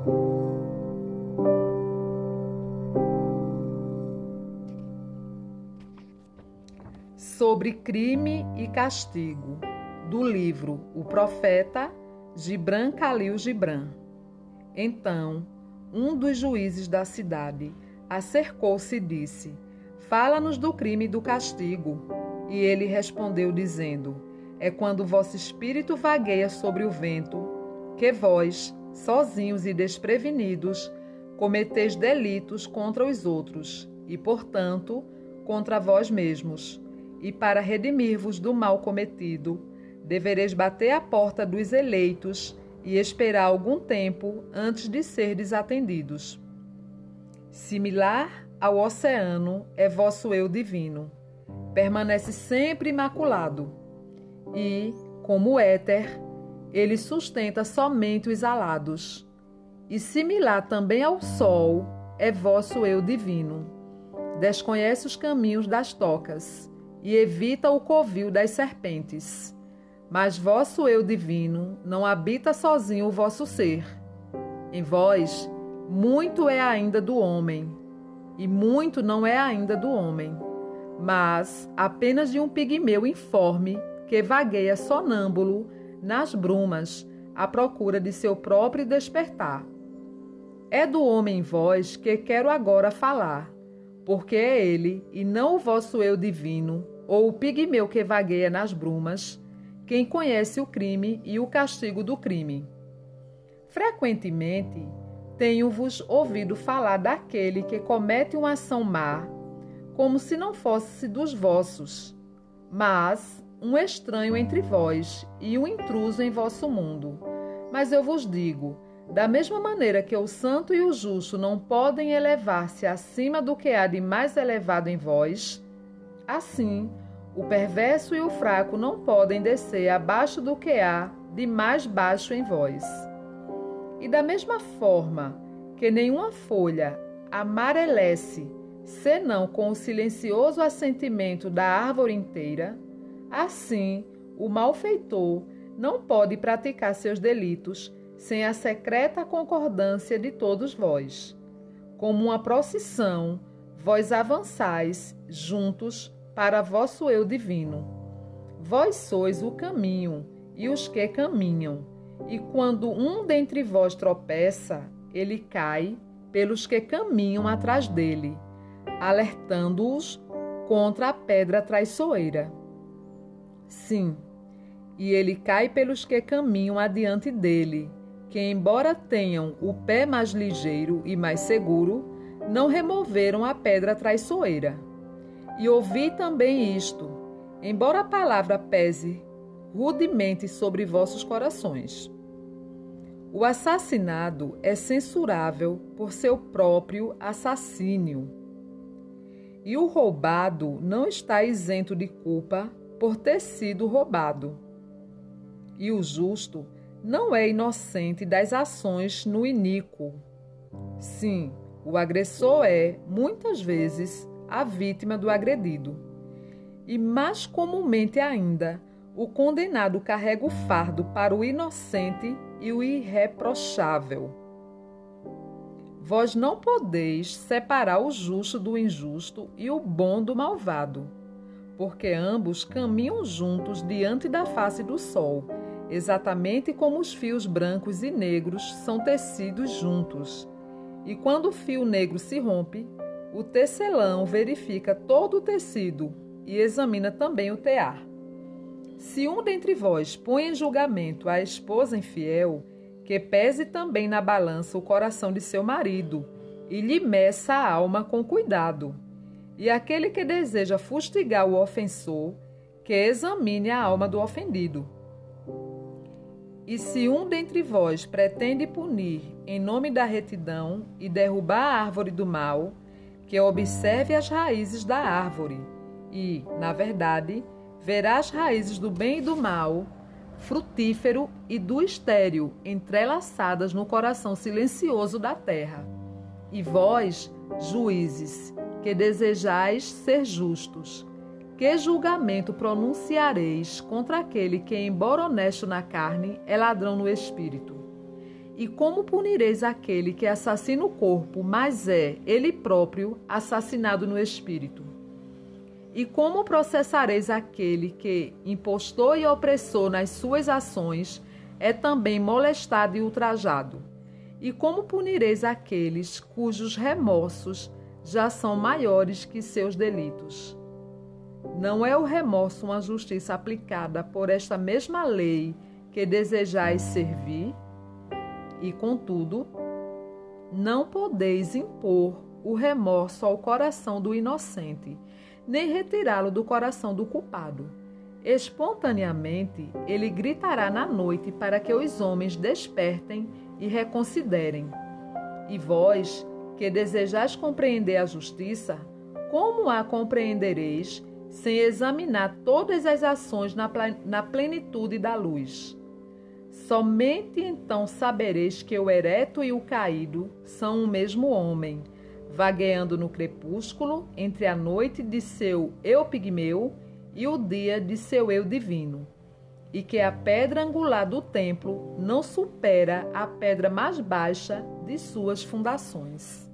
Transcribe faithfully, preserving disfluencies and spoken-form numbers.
Sobre crime e castigo, do livro O Profeta, Gibran Khalil Gibran. Então, um dos juízes da cidade acercou-se e disse: Fala-nos do crime e do castigo. E ele respondeu dizendo: É quando vosso espírito vagueia sobre o vento, que vós, sozinhos e desprevenidos, cometeis delitos contra os outros, e, portanto, contra vós mesmos. E para redimir-vos do mal cometido, devereis bater à porta dos eleitos e esperar algum tempo antes de serdes atendidos. Similar ao oceano é vosso eu divino. Permanece sempre imaculado. E, como o éter, ele sustenta somente os alados. E similar também ao sol é vosso eu divino. Desconhece os caminhos das tocas e evita o covil das serpentes. Mas vosso eu divino não habita sozinho o vosso ser. Em vós, muito é ainda do homem, e muito não é ainda do homem, mas apenas de um pigmeu informe que vagueia sonâmbulo nas brumas à procura de seu próprio despertar. É do homem em vós que quero agora falar, porque é ele, e não o vosso eu divino, ou o pigmeu que vagueia nas brumas, quem conhece o crime e o castigo do crime. Frequentemente, tenho-vos ouvido falar daquele que comete uma ação má, como se não fosse dos vossos, mas um estranho entre vós e um intruso em vosso mundo. Mas eu vos digo, da mesma maneira que o santo e o justo não podem elevar-se acima do que há de mais elevado em vós, assim, o perverso e o fraco não podem descer abaixo do que há de mais baixo em vós. E da mesma forma que nenhuma folha amarelece, senão com o silencioso assentimento da árvore inteira, assim o malfeitor não pode praticar seus delitos sem a secreta concordância de todos vós. Como uma procissão, vós avançais juntos para vosso eu divino. Vós sois o caminho e os que caminham, e quando um dentre vós tropeça, ele cai pelos que caminham atrás dele, alertando-os contra a pedra traiçoeira. Sim, e ele cai pelos que caminham adiante dele, que, embora tenham o pé mais ligeiro e mais seguro, não removeram a pedra traiçoeira. E ouvi também isto, embora a palavra pese rudemente sobre vossos corações. O assassinado é censurável por seu próprio assassínio, e o roubado não está isento de culpa por ter sido roubado. E o justo não é inocente das ações no iníquo. Sim, o agressor é, muitas vezes, a vítima do agredido. E mais comumente ainda, o condenado carrega o fardo para o inocente e o irreprochável. Vós não podeis separar o justo do injusto e o bom do malvado, porque ambos caminham juntos diante da face do sol, exatamente como os fios brancos e negros são tecidos juntos. E quando o fio negro se rompe, o tecelão verifica todo o tecido e examina também o tear. Se um dentre vós põe em julgamento a esposa infiel, que pese também na balança o coração de seu marido e lhe meça a alma com cuidado. E aquele que deseja fustigar o ofensor, que examine a alma do ofendido. E se um dentre vós pretende punir em nome da retidão e derrubar a árvore do mal, que observe as raízes da árvore e, na verdade, verá as raízes do bem e do mal, frutífero e do estéril, entrelaçadas no coração silencioso da terra. E vós, juízes, que desejais ser justos, que julgamento pronunciareis contra aquele que, embora honesto na carne, é ladrão no espírito? E como punireis aquele que assassina o corpo, mas é, ele próprio, assassinado no espírito? E como processareis aquele que, impostor e opressor nas suas ações, é também molestado e ultrajado? E como punireis aqueles cujos remorsos já são maiores que seus delitos? Não é o remorso uma justiça aplicada por esta mesma lei que desejais servir? E, contudo, não podeis impor o remorso ao coração do inocente, nem retirá-lo do coração do culpado. Espontaneamente, ele gritará na noite para que os homens despertem e reconsiderem. E vós, que desejais compreender a justiça, como a compreendereis sem examinar todas as ações na plenitude da luz? Somente então sabereis que o ereto e o caído são o mesmo homem, vagueando no crepúsculo entre a noite de seu eu pigmeu e o dia de seu eu divino, e que a pedra angular do templo não supera a pedra mais baixa de suas fundações.